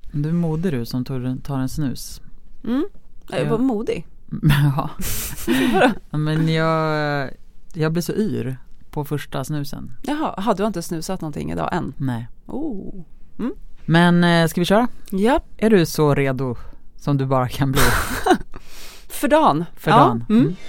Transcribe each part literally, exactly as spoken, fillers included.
Du är modig du som tar en snus. Mm, jag var modig. Ja. Men jag, jag blir så yr på första snusen. Jaha, har du inte snusat någonting idag än? Nej. Oh. Mm. Men ska vi köra? Ja. Är du så redo som du bara kan bli? För dagen. För ja. dagen. Mm. Mm.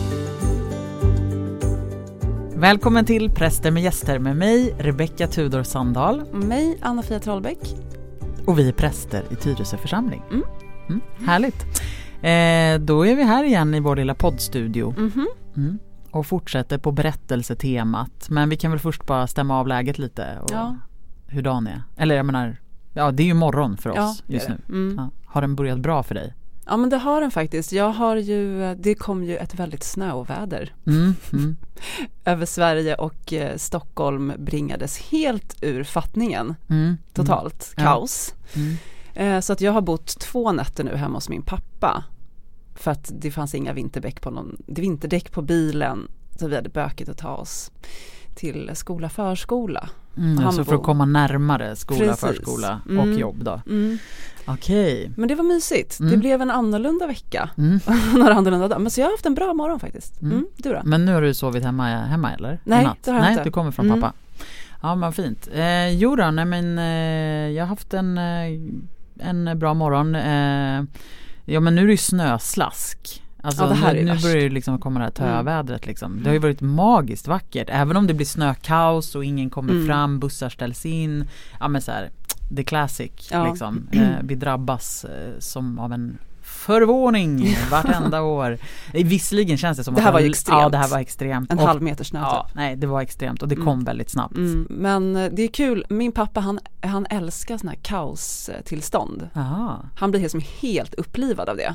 Välkommen till Präster med gäster med mig, Rebecka Tudor Sandahl. Mig, Anna-Fia Trollbäck. Och vi är präster i Tyresö församling. Mm. Mm. Härligt. Eh, då är vi här igen i vår lilla poddstudio. Mm-hmm. Mm. Och fortsätter på berättelsetemat. Men vi kan väl först bara stämma av läget lite. Och ja. Hur dagen är. Eller jag menar, ja det är ju morgon för oss ja, just nu. Mm. Ja. Har den börjat bra för dig? Ja, men det har den faktiskt. Jag har ju, det kom ju ett väldigt snöväder mm, mm. över Sverige och eh, Stockholm bringades helt ur fattningen. Mm, Totalt mm. kaos. Ja. Mm. Eh, så att jag har bott två nätter nu hemma hos min pappa. För att det fanns inga vinterdäck på någon, det vinterdäck på bilen. Så vi hade bökigt att ta oss till skola, förskola. Mm, alltså för att komma närmare skola, Precis. förskola och mm. jobb då. Mm. Okej. Okay. Men det var mysigt. Mm. Det blev en annorlunda vecka. Mm. Några annorlunda dag. Men så jag har haft en bra morgon faktiskt. Mm. Mm. Du då? Men nu har du sovit hemma, hemma eller? Nej, det har jag nej, inte. Du kommer från mm. pappa. Ja, men fint. Eh, jo då, nej men eh, jag har haft en, eh, en bra morgon. Eh, ja, men nu är det ju snöslask. Alltså, ja, det här nu, är nu värst. börjar det liksom komma det här tövädret liksom. Det har ju varit magiskt vackert. Även om det blir snökaos och ingen kommer mm. fram, bussar ställs in. Ja, men så här, the classic ja. liksom. Eh, vi drabbas eh, som av en förvåning vartenda år. Visserligen känns det som det här att var ju extremt. Ja, det här var extremt. En och, halv meter snö. Ja, nej, det var extremt och det kom mm. väldigt snabbt. Mm. Men det är kul. Min pappa, han, han älskar såna här kaostillstånd. Aha. Han blir helt, som helt upplivad av det.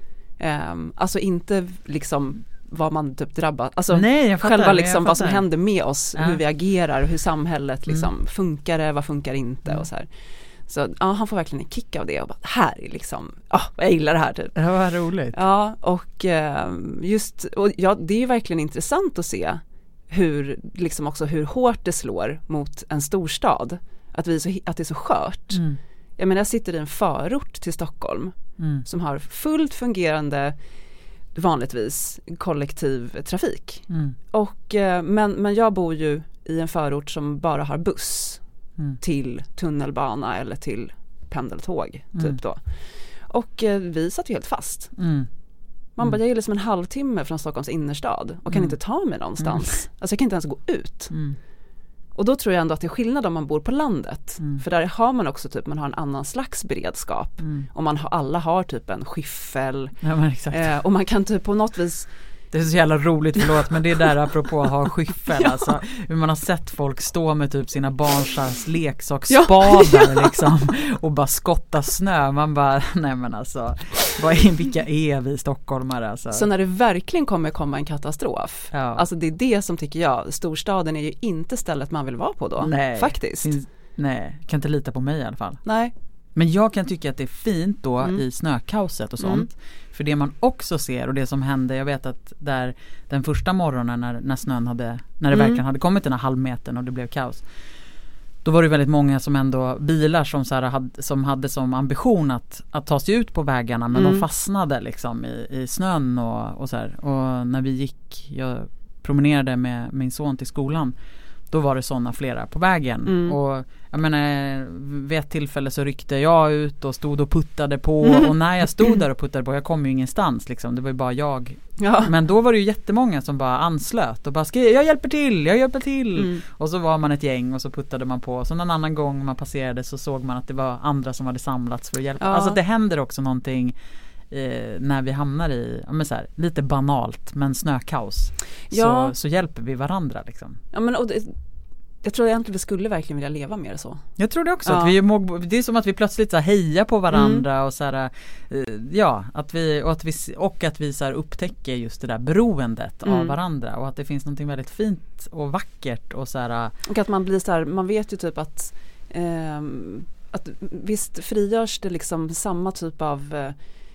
Um, alltså inte liksom vad man typ drabbar. Alltså nej, jag fattar, själva liksom jag vad som händer med oss. Ja. Hur vi agerar, hur samhället liksom mm. funkar det, vad funkar inte mm. och så här. Så ja, han får verkligen en kick av det och bara, här är liksom, ja, jag gillar det här typ. Det var roligt. Ja, och just, och ja, det är ju verkligen intressant att se hur, liksom också hur hårt det slår mot en storstad. Att, vi så, att det är så skört. Mm. Jag menar, jag sitter i en förort till Stockholm mm. som har fullt fungerande, vanligtvis, kollektiv trafik. Mm. Och, men, men jag bor ju i en förort som bara har buss. Mm. Till tunnelbana eller till pendeltåg typ mm. då. Och eh, vi satt ju helt fast. Mm. Man mm. bara, jag är liksom en halvtimme från Stockholms innerstad och kan mm. inte ta mig någonstans. Mm. Alltså jag kan inte ens gå ut. Mm. Och då tror jag ändå att det är skillnad om man bor på landet. Mm. För där har man också typ, man har en annan slags beredskap. Mm. Och man har, alla har typ en skyffel. Ja, men exakt. Eh, och man kan typ på något vis. Det är så jävla roligt, förlåt, men det är där apropå att ha skyffel. Ja. Alltså, hur man har sett folk stå med typ sina barns leksaksspadar ja. liksom, och bara skotta snö. Man bara, nej men alltså, vad är, vilka är vi stockholmare? Alltså. Så när det verkligen kommer komma en katastrof, ja. Alltså det är det som tycker jag, storstaden är ju inte stället man vill vara på då. Nej. Faktiskt. Finns, nej, kan inte lita på mig i alla fall. Nej. Men jag kan tycka att det är fint då mm. i snökaoset och sånt. Mm. För det man också ser och det som hände, jag vet att där den första morgonen när, när snön hade, när det mm. verkligen hade kommit den här halvmetern och det blev kaos. Då var det väldigt många som ändå, bilar som, så här, hade, som hade som ambition att, att ta sig ut på vägarna, men mm. de fastnade liksom i, i snön och, och så här. Och när vi gick, jag promenerade med min son till skolan, då var det sådana flera på vägen. Mm. Och jag menar, vid ett tillfälle så ryckte jag ut och stod och puttade på. Mm. Och när jag stod där och puttade på, jag kom ju ingenstans liksom. Det var ju bara jag. Ja. Men då var det ju jättemånga som bara anslöt och bara skrev, jag hjälper till, jag hjälper till. Mm. Och så var man ett gäng och så puttade man på. Så någon annan gång man passerade så såg man att det var andra som hade samlats för att hjälpa. Ja. Alltså det händer också någonting eh, när vi hamnar i, ja men så här, lite banalt men snökaos. Ja. Så, så hjälper vi varandra liksom. Ja, men och det, jag tror egentligen vi skulle verkligen vilja leva mer så. Jag tror det också. Ja. Att vi må, det är som att vi plötsligt så här hejar på varandra mm. och så här, ja, att vi, och att vi, och att vi så här upptäcker just det där beroendet mm. av varandra. Och att det finns någonting väldigt fint och vackert. Och, så här, och att man blir så här, man vet ju typ att, eh, att visst frigörs det liksom samma typ av eh,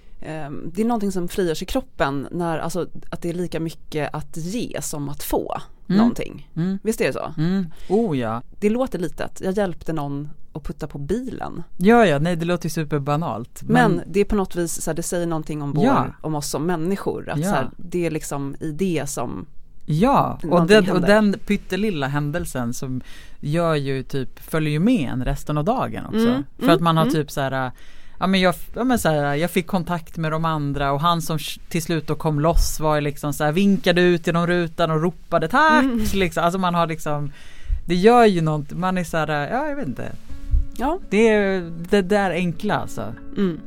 det är någonting som frigörs i kroppen när, alltså, att det är lika mycket att ge som att få mm. någonting. Mm. Visst är det så? Mm. Oh, ja. Det låter litet. Jag hjälpte någon och putta på bilen. Ja, ja, nej det låter ju superbanalt. Men, men det är på något vis så här, det säger någonting om, vår, ja. om oss som människor. Att ja. så här, det är liksom i det som ja, och den, och den pyttelilla händelsen som gör ju typ, följer ju med en resten av dagen också. Mm, För mm, att man har mm. typ så här, ja men, jag, ja men så här, jag fick kontakt med de andra och han som till slut då kom loss var liksom så här, vinkade ut genom rutan och ropade tack mm. liksom. Alltså man har liksom, det gör ju något, man är så här, ja jag vet inte. Ja. Det är det där enkla alltså. Mm.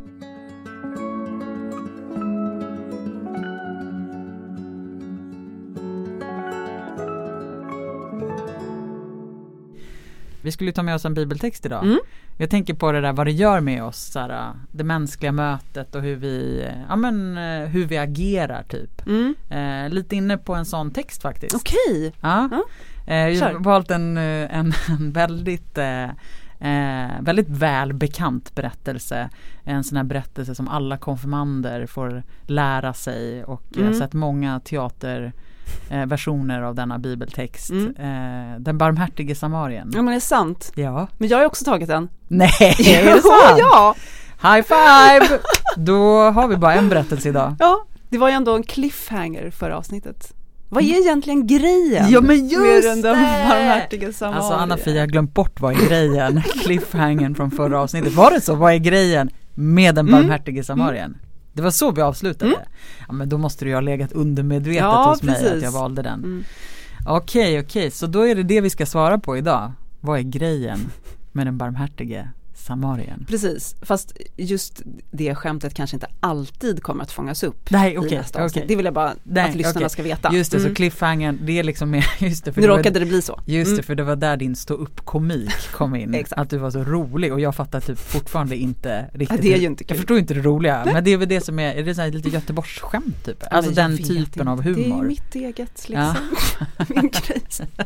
Vi skulle ta med oss en bibeltext idag. Mm. Jag tänker på det där, vad det gör med oss, såhär, det mänskliga mötet och hur vi, ja, men, hur vi agerar typ. Mm. Eh, lite inne på en sån text faktiskt. Okej. Ja. Ja. Eh, jag har valt en, en, en väldigt, eh, väldigt välbekant berättelse. En sån här berättelse som alla konfirmander får lära sig. Och jag har Mm. sett många teater Eh, versioner av denna bibeltext. Mm. Eh, den barmhärtige samarien. Ja men det är sant. Ja. Men jag har också tagit den. Nej, är det sant? Ja. High five! Då har vi bara en berättelse idag. Ja, det var ju ändå en cliffhanger för avsnittet. Vad är egentligen grejen? Ja men just med den där det! barmhärtige samarien? Alltså Anna-Fia har glömt bort vad är grejen. Cliffhangern från förra avsnittet. Var det så? Vad är grejen med den barmhärtige samarien? Mm. Det var så vi avslutade. Mm. Ja, men då måste du ju ha legat undermedvetet ja, hos precis. mig att jag valde den. Mm. Okej, okay, okej. Okay. Så då är det det vi ska svara på idag. Vad är grejen med den barmhärtige samarien? Precis, fast just det skämtet kanske inte alltid kommer att fångas upp. Nej, okej. Okay, okay. Det vill jag bara Nej, att lyssnarna okay. ska veta. Just det, mm. så cliffhangern, det är liksom mer, just det. För nu det råkade var, det bli så. Just mm. det, för det var där din stå upp komik kom in. Exakt. Att du var så rolig och jag fattar typ fortfarande inte riktigt. Ja, det är ju inte kul. Jag förstår inte det roliga, Nej. men det är väl det som är, är det så här lite Göteborgsskämt typ? Ja, alltså den typen inte. Av humor. Det är mitt eget liksom. Ja. Min grej.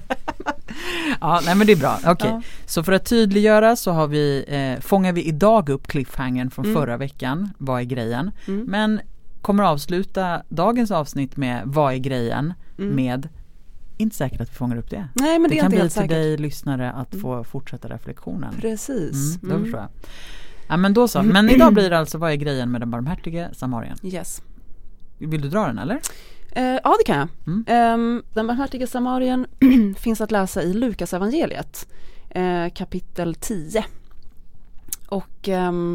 Ja, nej men det är bra. Okej. Okay. Ja. Så för att tydliggöra så har vi eh, fångar vi idag upp cliffhangern från mm. förra veckan. Vad är grejen? Mm. Men kommer avsluta dagens avsnitt med vad är grejen mm. med inte säkert att vi fångar upp det. Nej, men det, det är kan inte bli helt till säkert. dig lyssnare att mm. få fortsätta reflektionen. Precis. Mm, då förstår jag. Ja, men då så. Men idag blir det alltså vad är grejen med den barmhärtige samarien? Yes. Vill du dra den eller? Uh, ja, det kan jag. Mm. Um, den barmhärtige samarien finns att läsa i Lukas evangeliet uh, kapitel tio. Och um,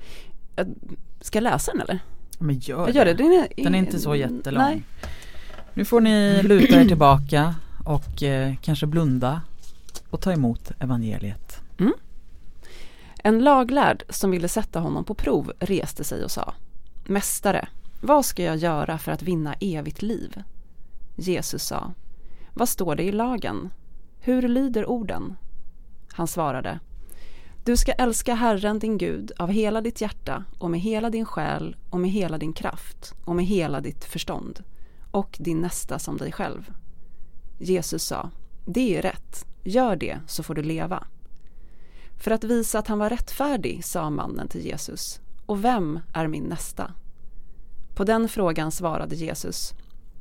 ska jag läsa den eller? Men gör, jag gör det. det. Den är, den är inte så jättelång. Nej. Nu får ni luta er tillbaka och eh, kanske blunda och ta emot evangeliet. Mm. En laglärd som ville sätta honom på prov reste sig och sa: Mästare, vad ska jag göra för att vinna evigt liv? Jesus sa: Vad står det i lagen? Hur lyder orden? Han svarade: Du ska älska Herren din Gud av hela ditt hjärta och med hela din själ och med hela din kraft och med hela ditt förstånd och din nästa som dig själv. Jesus sa: Det är rätt. Gör det så får du leva. För att visa att han var rättfärdig sa mannen till Jesus: Och vem är min nästa? På den frågan svarade Jesus: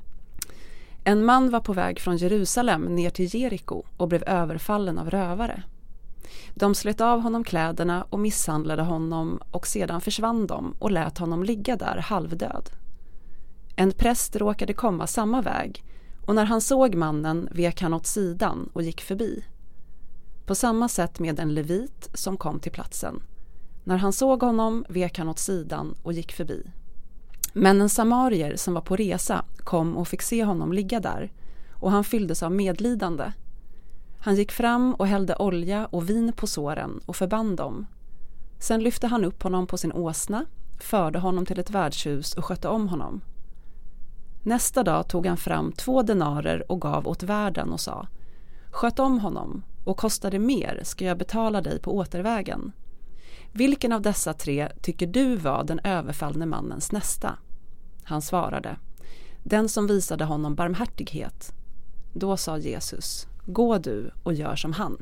En man var på väg från Jerusalem ner till Jeriko och blev överfallen av rövare. De slet av honom kläderna och misshandlade honom och sedan försvann de och lät honom ligga där halvdöd. En präst råkade komma samma väg och när han såg mannen vek han åt sidan och gick förbi. På samma sätt med en levit som kom till platsen. När han såg honom vek han åt sidan och gick förbi. Men en samarier som var på resa kom och fick se honom ligga där och han fylldes av medlidande. Han gick fram och hällde olja och vin på såren och förband dem. Sen lyfte han upp honom på sin åsna, förde honom till ett värdshus och skötte om honom. Nästa dag tog han fram två denarer och gav åt värden och sa: Sköt om honom, och kostar det mer ska jag betala dig på återvägen. Vilken av dessa tre tycker du var den överfallne mannens nästa? Han svarade: Den som visade honom barmhärtighet. Då sa Jesus: Gå du och gör som han.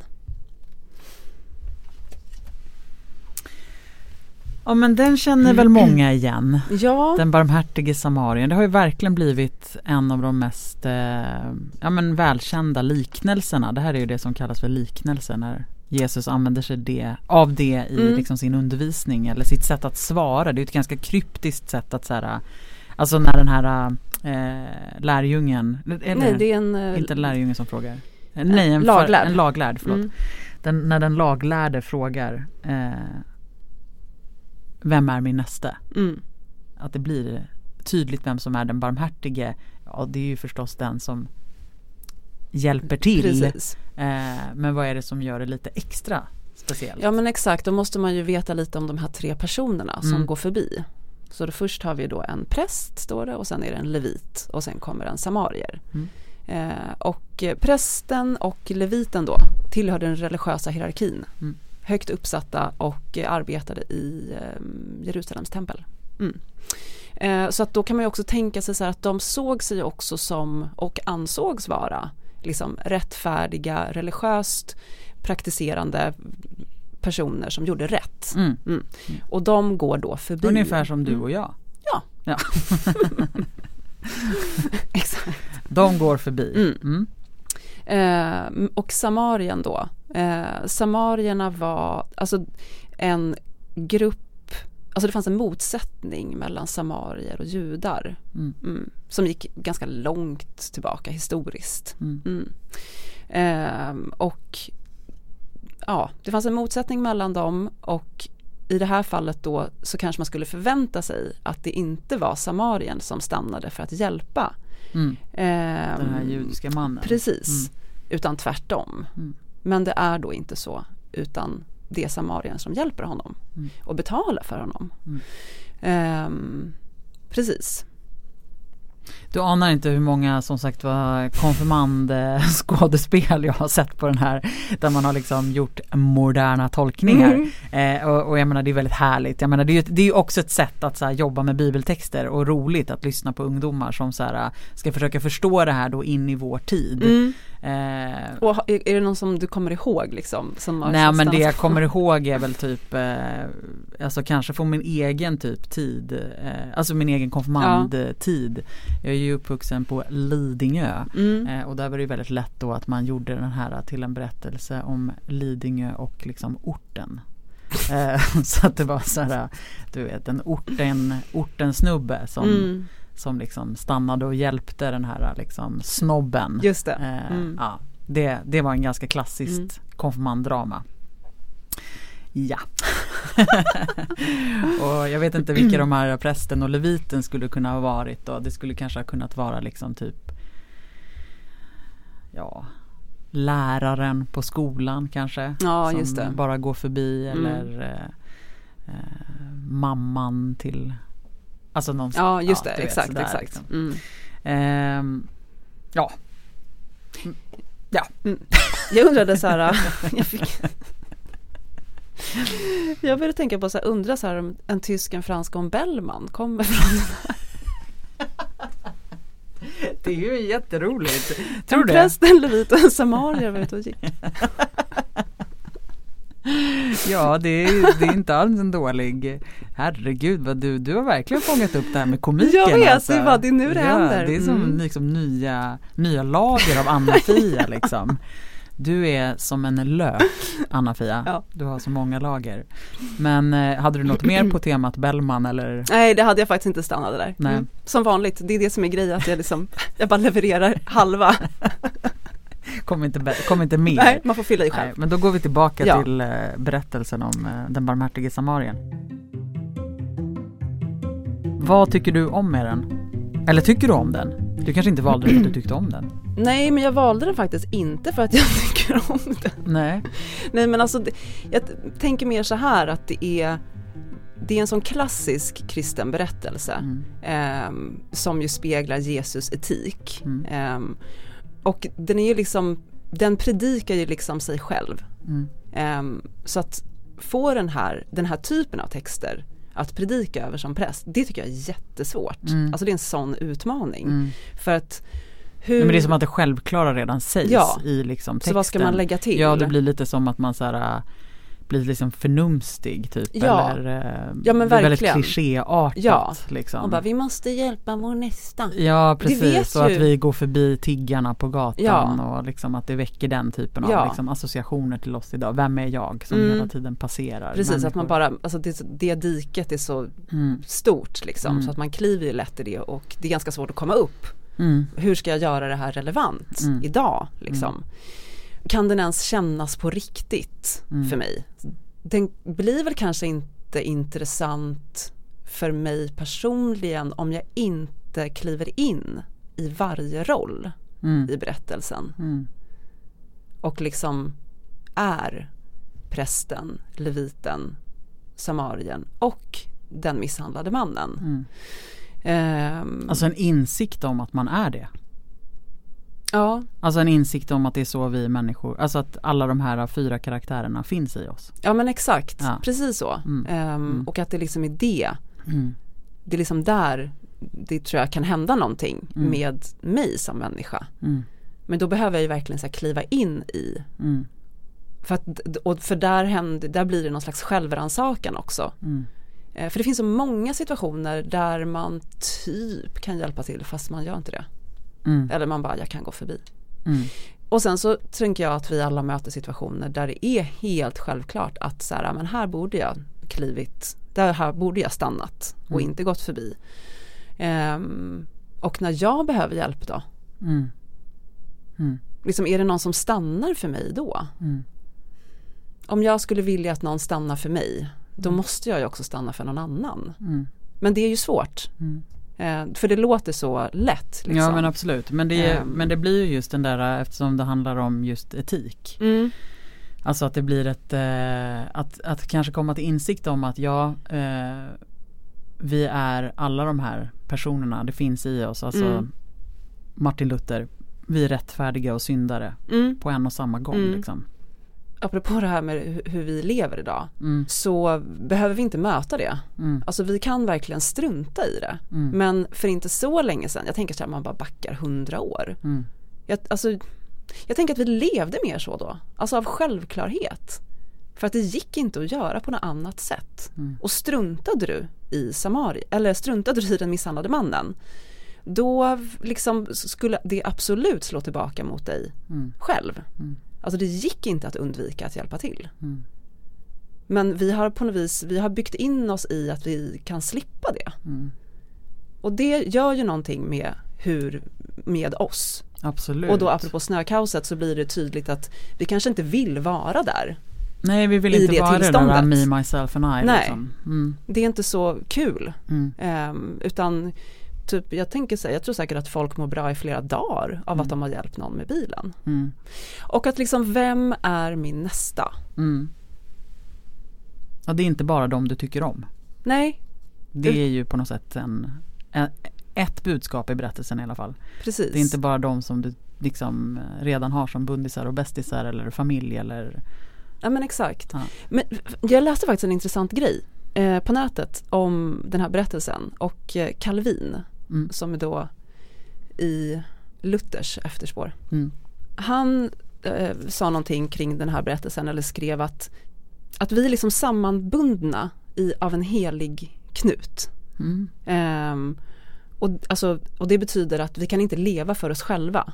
Ja, men den känner väl många igen. Ja. Den barmhärtige samarien. Det har ju verkligen blivit en av de mest eh, ja, men välkända liknelserna. Det här är ju det som kallas för liknelser när Jesus använder sig det, av det i mm. liksom sin undervisning eller sitt sätt att svara. Det är ett ganska kryptiskt sätt att så här, alltså när den här eh, lärjungen eller, nej, det är en, inte en lärjungen som frågar. Nej, en laglärd. För, en laglärd, förlåt. Mm. Den, när den laglärde frågar eh, vem är min näste? Mm. Att det blir tydligt vem som är den barmhärtige. Ja, det är ju förstås den som hjälper till. Eh, men vad är det som gör det lite extra speciellt? Ja, men exakt. Då måste man ju veta lite om de här tre personerna som mm. går förbi. Så då först har vi då en präst, står det, och sen är det en levit och sen kommer en samarier. Mm. Eh, och prästen och leviten då tillhör den religiösa hierarkin. Mm. Högt uppsatta och eh, arbetade i eh, Jerusalems tempel. Mm. Eh, så att då kan man ju också tänka sig så här att de såg sig också som och ansågs vara liksom rättfärdiga, religiöst praktiserande personer som gjorde rätt. Mm. Mm. Och de går då förbi. Ungefär som du och jag. Ja. ja. Exakt. De går förbi. Mm. Mm. Eh, och Samarien då. Eh, samarierna var alltså en grupp. Alltså det fanns en motsättning mellan samarier och judar mm. Mm, som gick ganska långt tillbaka historiskt. Mm. Mm. Eh, och ja, det fanns en motsättning mellan dem och i det här fallet då så kanske man skulle förvänta sig att det inte var samarien som stannade för att hjälpa. Mm. Eh, Den här judiska mannen. Precis, mm. utan tvärtom. Mm. Men det är då inte så, utan det är samarien som hjälper honom mm. och betalar för honom. Mm. Eh, precis. Du anar inte hur många som sagt var konfirmandskådespel jag har sett på den här där man har liksom gjort moderna tolkningar mm. eh, och, och jag menar det är väldigt härligt. Jag menar det är ju det är också ett sätt att så här, jobba med bibeltexter och roligt att lyssna på ungdomar som så här, ska försöka förstå det här då in i vår tid. Mm. Eh, och är det någon som du kommer ihåg liksom? Som nej men det jag kommer ihåg är väl typ eh, alltså kanske från min egen typ tid eh, alltså min egen konfirmandtid. Ja. Jag är ju uppvuxen på Lidingö mm. eh, och där var det väldigt lätt då att man gjorde den här till en berättelse om Lidingö och liksom orten. eh, så att det var så här, du vet, en orten, orten snubbe som, mm. som liksom stannade och hjälpte den här liksom snobben. Just det. Eh, mm. ja, det, det var en ganska klassiskt mm. konfirmanddrama. Ja. Och jag vet inte vilka de här prästen och leviten skulle kunna ha varit då. Det skulle kanske ha kunnat vara liksom typ ja, läraren på skolan kanske. Ja, som just det. Bara går förbi mm. eller eh, mamman till alltså någon. Ja, just det. Ja, exakt, vet, exakt. Liksom. Mm. Eh, ja. Ja. Mm. Jag undrade så här jag fick Jag började tänka på så här, undra så här om en tysk, en fransk och en Bellman kommer från den här. Det är ju jätteroligt. Tror en du? Präst, en levit och en samarier var ute och gick. Ja, det är, det är inte alls en dålig. Herregud, vad du, du har verkligen fångat upp det här med komiken. Jag vet, alltså. det, var, det är nu det ja, händer. Det är som mm. liksom nya, nya lager av Anna-Fia liksom. Du är som en lök, Anna-Fia. Ja. Du har så många lager. Men eh, hade du något mer på temat Bellman eller? Nej, det hade jag faktiskt inte stannat där. Nej. Mm. Som vanligt, det är det som är grejen, att jag, liksom, jag bara levererar halva. Kom inte, kom inte med. Nej, man får fylla i själv. Nej, men då går vi tillbaka ja. till eh, berättelsen om eh, den barmhärtige samarien. Vad tycker du om med den? Eller tycker du om den? Du kanske inte valde den för att du tyckte om den. Nej, men jag valde den faktiskt inte för att jag tycker om den. Nej. Nej, men alltså det, jag tänker mer så här att det är det är en sån klassisk kristen berättelse mm. eh, som ju speglar Jesus etik. Mm. Eh, och den är ju liksom, den predikar ju liksom sig själv. Mm. Eh, så att få den här, den här typen av texter att predika över som präst, det tycker jag är jättesvårt. Mm. Alltså det är en sån utmaning. Mm. För att hur... Men det är som att det självklara redan sägs ja. i liksom texten. Så vad ska man lägga till? Ja, det blir lite som att man så här, blir liksom förnumstig typ. Ja. Eller eh, ja, men det är verkligen. väldigt klichéartat. Ja. Liksom. Och bara, vi måste hjälpa vår nästa. Ja, precis. Och ju. att vi går förbi tiggarna på gatan Ja. och liksom att det väcker den typen Ja. av liksom, associationer till oss idag. Vem är jag som Mm. hela tiden passerar? Precis, människor. att man bara, alltså det, det diket är så Mm. stort liksom, Mm. så att man kliver ju lätt i det och det är ganska svårt att komma upp. Mm. Hur ska jag göra det här relevant Mm. idag liksom? Mm. Kan den ens kännas på riktigt Mm. för mig? Den blir väl kanske inte intressant för mig personligen om jag inte kliver in i varje roll Mm. i berättelsen Mm. och liksom är prästen, leviten, samarien och den misshandlade mannen. Mm. Ehm, Alltså en insikt om att man är det. ja, Alltså en insikt om att det är så vi människor, alltså att alla de här fyra karaktärerna finns i oss. ja men exakt, Ja. precis så. Mm. Ehm, Mm. Och att det liksom är det, Mm. det är liksom där det tror jag kan hända någonting Mm. med mig som människa. Mm. Men då behöver jag ju verkligen så här kliva in i, Mm. för, att, och för där, händer, där blir det någon slags självrannsakan också. Mm. Eh, För det finns så många situationer där man typ kan hjälpa till fast man gör inte det. Mm. Eller man bara, jag kan gå förbi. Mm. Och sen så tänker jag att vi alla möter situationer där det är helt självklart att så här, men här borde jag klivit, där här borde jag stannat och Mm. inte gått förbi. Ehm, och när jag behöver hjälp då? Mm. Mm. Liksom, är det någon som stannar för mig då? Mm. Om jag skulle vilja att någon stannar för mig, då Mm. måste jag ju också stanna för någon annan. Mm. Men det är ju svårt. Mm. Eh, för det låter så lätt. Liksom. Ja men absolut, men det, Ehm. men det blir ju just den där, eftersom det handlar om just etik. Mm. Alltså att det blir ett, eh, att, att kanske komma till insikt om att ja, eh, vi är alla de här personerna, det finns i oss. Alltså Mm. Martin Luther, vi är rättfärdiga och syndare Mm. på en och samma gång. Mm. Liksom. Apropå det här med hu- hur vi lever idag, Mm. så behöver vi inte möta det. Mm. Alltså vi kan verkligen strunta i det. Mm. Men för inte så länge sedan, jag tänker så här, man bara backar hundra år. Mm. Jag, alltså, jag tänker att vi levde mer så då. Alltså av självklarhet. För att det gick inte att göra på något annat sätt. Mm. Och struntade du i Samari, eller struntade du i den misshandlade mannen, då liksom skulle det absolut slå tillbaka mot dig Mm. själv. Mm. Alltså det gick inte att undvika att hjälpa till. Mm. Men vi har på något vis, vi har byggt in oss i att vi kan slippa det. Mm. Och det gör ju någonting med hur, med oss. Absolut. Och då apropå snökaoset så blir det tydligt att vi kanske inte vill vara där. Nej, vi vill i inte det vara det där tillståndet. me, myself and I. Nej. Liksom. Mm. Det är inte så kul. Mm. Ehm, utan typ, jag tänker så här, jag tror säkert att folk mår bra i flera dagar av Mm. att de har hjälpt någon med bilen. Mm. Och att liksom, vem är min nästa? Mm. Ja, det är inte bara de du tycker om. Nej, Det är ju på något sätt en, en, ett budskap i berättelsen i alla fall. precis. Det är inte bara de som du liksom redan har som bundisar och bästisar eller familj eller... Ja men exakt. Ja. Men jag läste faktiskt en intressant grej eh, på nätet om den här berättelsen och eh, Calvin Mm. som är då i Luthers efterspår. Mm. Han eh, sa någonting kring den här berättelsen eller skrev att, att vi är liksom sammanbundna i, av en helig knut. Mm. Ehm, och, alltså, och det betyder att vi kan inte leva för oss själva.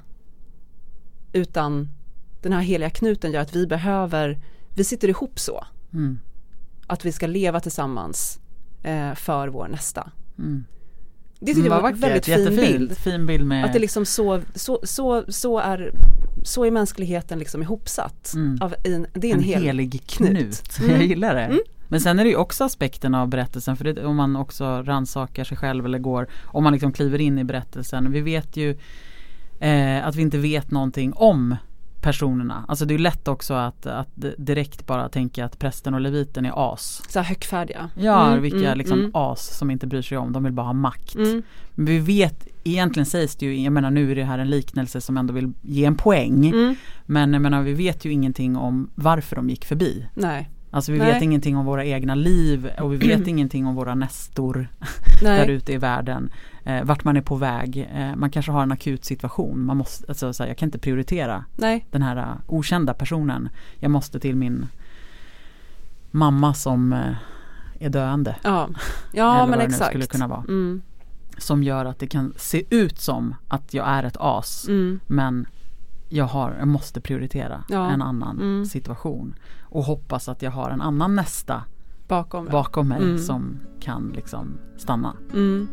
Utan den här heliga knuten gör att vi behöver, vi sitter ihop så. Mm. Att vi ska leva tillsammans eh, för vår nästa. Mm. Det tycker jag var en väldigt fin jättefint. bild. Fin bild med... Att det liksom så, så, så, så, är, så är mänskligheten liksom ihopsatt. Mm. Av en, det är en, en hel helig knut. knut. Jag Mm. gillar det. Mm. Men sen är det ju också aspekten av berättelsen, för det, om man också rannsakar sig själv eller går, om man liksom kliver in i berättelsen. Vi vet ju eh, att vi inte vet någonting om personerna. Alltså det är ju lätt också att, att direkt bara tänka att prästen och leviten är as. Så här högfärdiga. Ja, Mm, vilka mm, liksom mm. as som inte bryr sig om. De vill bara ha makt. Mm. Men vi vet, egentligen sägs det ju, jag menar nu är det här en liknelse som ändå vill ge en poäng. Mm. Men jag menar, vi vet ju ingenting om varför de gick förbi. Nej. Alltså vi Nej. vet ingenting om våra egna liv och vi vet ingenting om våra nästor Nej. där ute i världen. Eh, vart man är på väg. Eh, man kanske har en akut situation. Man måste, alltså, så här, jag kan inte prioritera Nej. den här uh, okända personen. Jag måste till min mamma som eh, är döende. Ja, ja eller men vad det exakt. nu skulle kunna vara. Mm. Som gör att det kan se ut som att jag är ett as. Mm. Men jag, har, jag måste prioritera ja. en annan mm. situation. Och hoppas att jag har en annan nästa bakom, bakom mig mm. som kan liksom stanna. Mm.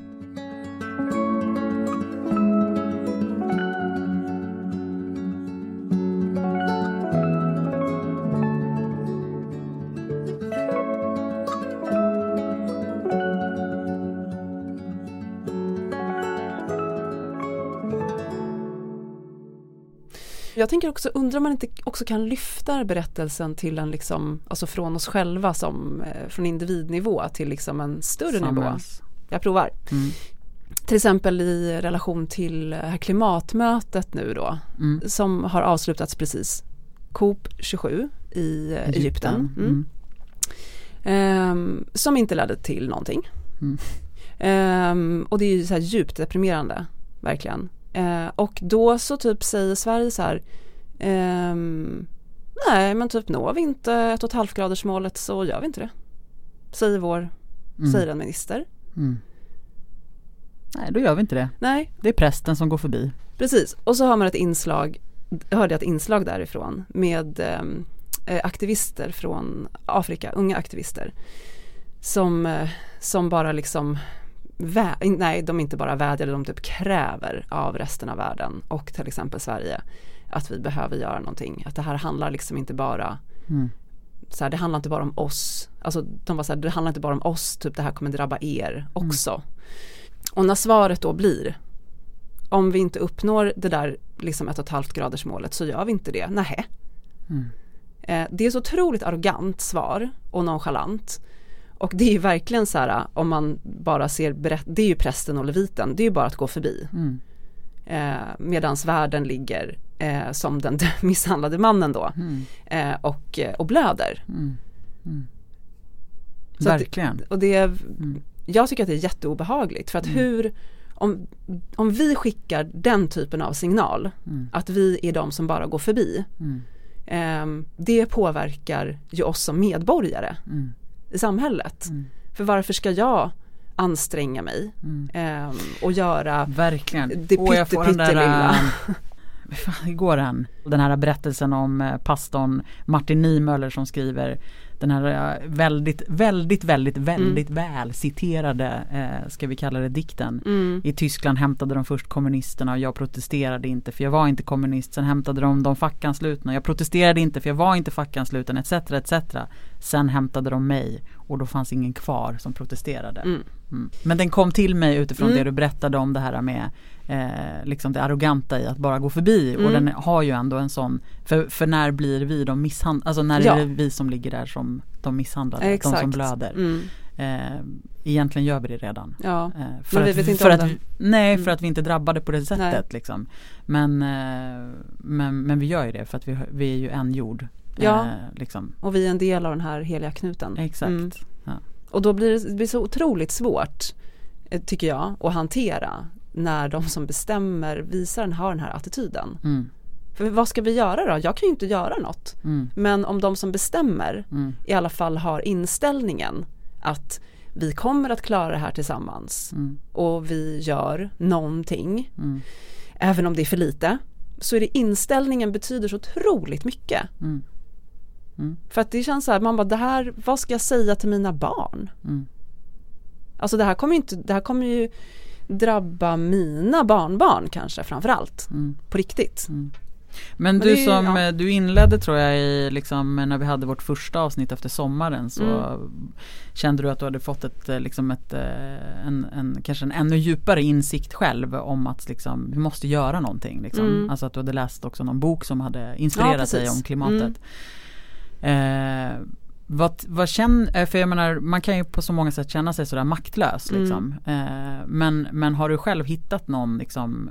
Jag tänker också, undrar om man inte också kan lyfta berättelsen till en liksom, alltså från oss själva som, eh, från individnivå till liksom en större Samhälls. nivå. Jag provar. Mm. Till exempel i relation till här klimatmötet nu då, mm. som har avslutats precis. COP tjugosju i Egypten. Egypten. Mm. Mm. Eh, som inte ledde till någonting. Mm. Eh, och det är ju så här djupt deprimerande, verkligen. Eh, och då så typ säger Sverige så här, ehm, nej men typ når vi inte ett och ett halvt gradersmålet så gör vi inte det. Säger vår, mm. säger en minister. Mm. Nej, då gör vi inte det. Nej. Det är prästen som går förbi. Precis, och så har man ett inslag, hörde jag ett inslag därifrån med eh, aktivister från Afrika, unga aktivister som, eh, som bara liksom Vä- nej, de inte bara vädjar, de typ kräver av resten av världen och till exempel Sverige att vi behöver göra någonting. Att det här handlar liksom inte bara mm. så här, det handlar inte bara om oss. Alltså de var så här, det handlar inte bara om oss, typ det här kommer drabba er också. Mm. Och när svaret då blir om vi inte uppnår det där liksom ett och ett halvt graders målet så gör vi inte det. Nej. Mm. Eh, det är så otroligt arrogant svar och nonchalant. Och det är ju verkligen så här, om man bara ser, berätt- det är ju prästen och leviten, det är ju bara att gå förbi. Mm. Eh, medans världen ligger eh, som den misshandlade mannen då mm. eh, och, och blöder. Mm. Mm. Så verkligen. Att, och det är, mm. jag tycker att det är jätteobehagligt för att mm. hur, om, om vi skickar den typen av signal mm. att vi är de som bara går förbi mm. eh, det påverkar ju oss som medborgare. Mm. i samhället. Mm. För varför ska jag anstränga mig mm. eh, och göra verkligen. det pytte, pyttelilla. Igår den, den här berättelsen om eh, pastorn Martin Niemöller som skriver den här eh, väldigt, väldigt, väldigt, väldigt mm. väl citerade, eh, ska vi kalla det, dikten. Mm. I Tyskland hämtade de först kommunisterna och jag protesterade inte för jag var inte kommunist. Sen hämtade de de fackanslutna. Jag protesterade inte för jag var inte fackansluten, et cetera et cetera. Sen hämtade de mig och då fanns ingen kvar som protesterade. Mm. Mm. Men den kom till mig utifrån mm. det du berättade om det här med eh, liksom det arroganta i att bara gå förbi. Mm. Och den har ju ändå en sån, för, för när blir vi de misshandlade, alltså när ja. är det vi som ligger där som de misshandlade, Exakt. de som blöder. Mm. Eh, egentligen gör vi det redan. Ja. Eh, för men vi att, vet inte för om att det. Vi, nej, för att vi inte drabbade på det sättet. Liksom. Men, eh, men, men vi gör ju det för att vi, vi är ju en jord. Ja, eh, liksom. Och vi är en del av den här heliga knuten. Exakt. Mm. Ja. Och då blir det, det blir så otroligt svårt, tycker jag, att hantera när de som bestämmer visar den, har den här attityden. Mm. För vad ska vi göra då? Jag kan ju inte göra något. Mm. Men om de som bestämmer mm. i alla fall har inställningen att vi kommer att klara det här tillsammans mm. och vi gör någonting, mm. även om det är för lite, så är det inställningen betyder så otroligt mycket. Mm. Mm. För att det känns så här, man bara, det här, vad ska jag säga till mina barn? Mm. Alltså det här kommer ju inte, det här kommer ju drabba mina barnbarn kanske framförallt. Mm. På riktigt. Mm. Men du det, som ja. du inledde tror jag i liksom, när vi hade vårt första avsnitt efter sommaren så mm. kände du att du hade fått ett, liksom ett, en, en, kanske en ännu djupare insikt själv om att liksom, vi måste göra någonting. Liksom. Mm. Alltså att du hade läst också någon bok som hade inspirerat ja, dig om klimatet. Mm. Eh, vad, vad känner, för jag menar, man kan ju på så många sätt känna sig sådär maktlös liksom. Mm. Eh, men, men har du själv hittat någon liksom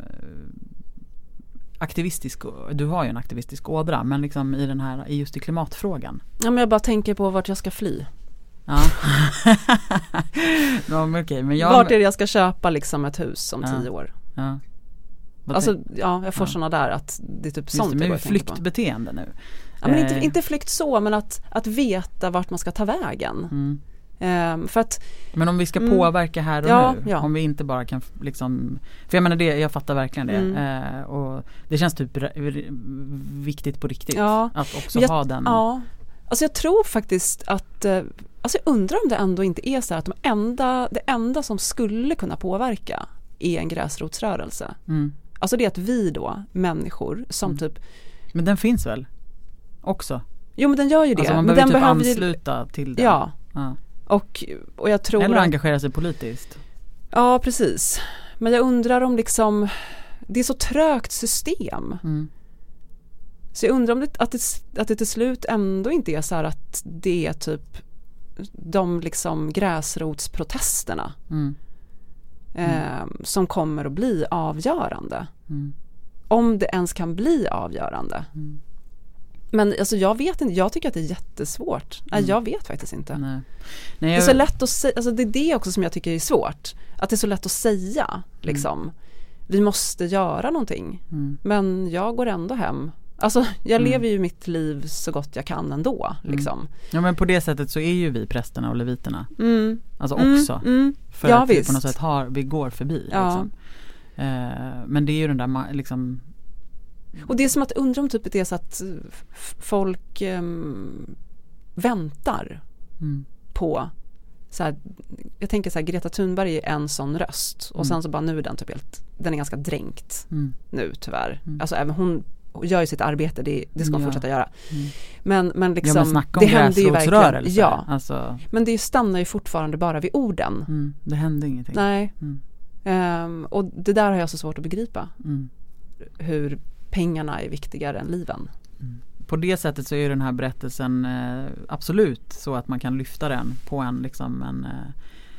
aktivistisk, du har ju en aktivistisk ådra, men liksom i den här, just i klimatfrågan. Ja, men jag bara tänker på vart jag ska fly. Ja. ja men okej, men jag... Vart är det jag ska köpa liksom ett hus om ja. tio år? Ja. Alltså, ja, jag får ja. såna där att det är typ Just sånt det, jag men flyktbeteende nu. Ja, men inte, inte flykt så, men att, att veta vart man ska ta vägen. Mm. Um, för att, men om vi ska mm, påverka här och ja, nu, ja. om vi inte bara kan liksom, för jag menar det, jag fattar verkligen det. Mm. Uh, och det känns typ viktigt på riktigt ja. att också jag, ha den. Ja, alltså jag tror faktiskt att, uh, alltså jag undrar om det ändå inte är så här att de enda, det enda som skulle kunna påverka är en gräsrotsrörelse. Mm. Alltså det är att vi då, människor som mm. typ... Men den finns väl också? Jo, men den gör ju det. Alltså man men behöver den typ behöver ansluta ju... till den. Ja. ja. Och, och jag tror Eller att... engagera sig politiskt. Ja, precis. Men jag undrar om liksom... Det är så trögt system. Mm. Så jag undrar om det, att, det, att det till slut ändå inte är så här att det är typ de liksom gräsrotsprotesterna mm. Mm. Eh, som kommer att bli avgörande. Mm. Om det ens kan bli avgörande. Mm. Men alltså jag vet inte, jag tycker att det är jättesvårt. Nej, jag vet faktiskt inte. Nej. Nej, jag... Det är så lätt att säga, alltså det är det också som jag tycker är svårt. Att det är så lätt att säga, liksom. Mm. Vi måste göra någonting. Mm. Men jag går ändå hem. Alltså jag mm. lever ju mitt liv så gott jag kan ändå, liksom. Mm. Ja, men på det sättet så är ju vi prästerna och leviterna. Mm. Alltså också. Mm. Mm. För ja, att visst. vi på något sätt har, vi går förbi. Ja. Liksom. Eh, men det är ju den där liksom... Och det är som att undra om typ det är så att folk um, väntar mm. på så här, jag tänker så här, Greta Thunberg är en sån röst och mm. sen så bara nu är den typ helt, den är ganska dränkt mm. nu tyvärr. Mm. Alltså även hon gör ju sitt arbete, det, det ska hon ja. fortsätta göra. Mm. Men, men liksom ja, men snacka om det händer ju verkligen. Ja. Alltså. Men det stannar ju fortfarande bara vid orden. Mm. Det händer ingenting. Nej. Mm. Um, och det där har jag så svårt att begripa. Mm. Hur pengarna är viktigare än liven. Mm. På det sättet så är den här berättelsen eh, absolut så att man kan lyfta den på en liksom en eh,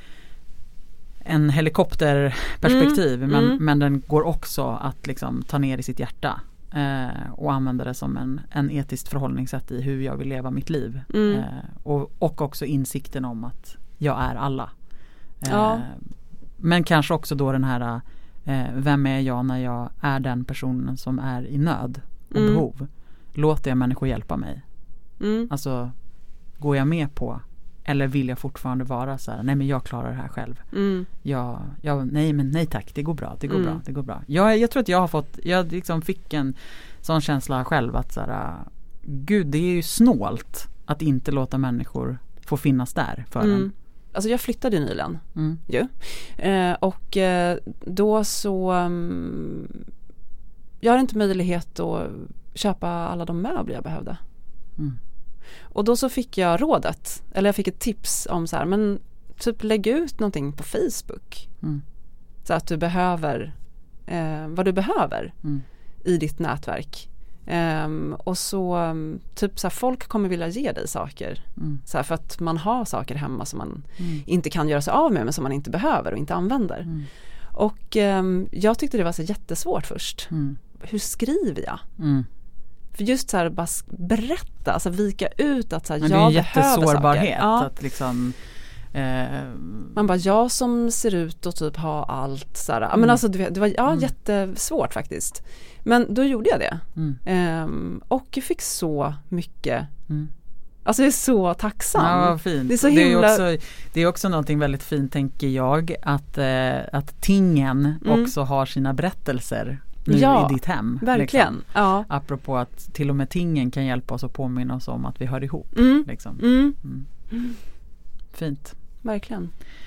en helikopterperspektiv mm. men, Mm. men den går också att liksom ta ner i sitt hjärta eh, och använda det som en, en etiskt förhållningssätt i hur jag vill leva mitt liv. Mm. Eh, och, och också insikten om att jag är alla. Eh, ja. Men kanske också då den här Eh, vem är jag när jag är den personen som är i nöd och mm. behov? Låter jag människor hjälpa mig? Mm. Alltså, går jag med på? Eller vill jag fortfarande vara så här, nej men jag klarar det här själv. Mm. Jag, jag, nej men nej tack, det går bra, det går mm. bra, det går bra. Jag, jag tror att jag har fått, jag liksom fick en sån känsla själv att så här, gud det är ju snålt att inte låta människor få finnas där för mm. en. Alltså jag flyttade nyligen mm. ju. Eh, och eh, då så um, jag har inte möjlighet att köpa alla de möbler jag behövde. Mm. Och då så fick jag rådet, eller jag fick ett tips om så här, men typ lägg ut någonting på Facebook. Mm. Så att du behöver eh, vad du behöver mm. i ditt nätverk. Um, och så um, typ så här, folk kommer vilja ge dig saker mm. så här, för att man har saker hemma som man mm. inte kan göra sig av med men som man inte behöver och inte använder mm. och um, jag tyckte det var så jättesvårt först mm. hur skriver jag? Mm. För just så här, bara berätta, alltså vika ut att så här, jag behöver saker. Det är ju jättesårbarhet ja. Att liksom Eh, man bara, jag som ser ut och typ ha allt så här, mm. men alltså det var ja, mm. jättesvårt faktiskt, men då gjorde jag det mm. eh, och jag fick så mycket mm. alltså jag är så tacksam. Ja, vad fint. Det är så himla... det är också, det är också någonting väldigt fint tänker jag att, eh, att tingen mm. också har sina berättelser nu ja, i ditt hem. Verkligen. Liksom. Ja. Apropå att till och med tingen kan hjälpa oss att påminna oss om att vi hör ihop. Mm. Liksom. Mm. Mm. Fint. Verkligen.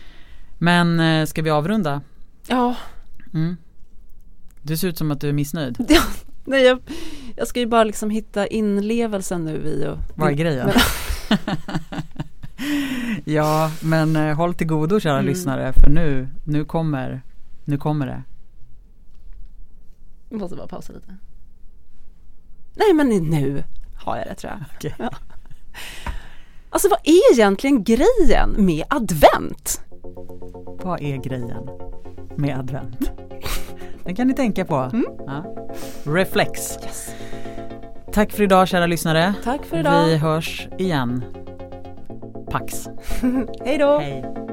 Men eh, ska vi avrunda? Ja. Mm. Du ser ut som att du är missnöjd. Ja, nej, jag, jag ska ju bara liksom hitta inlevelsen nu i och... Vad är grejen? Ja, men eh, håll till godo kära mm. lyssnare för nu, nu kommer nu kommer det. Jag måste bara pausa lite. Nej, men nu har jag det tror jag. Okay. Ja. Alltså vad är egentligen grejen med advent? Vad är grejen med advent? Den kan ni tänka på. Mm. Ja. Reflex. Yes. Tack för idag kära lyssnare. Tack för idag. Vi hörs igen. Pax. Hej då. Hej.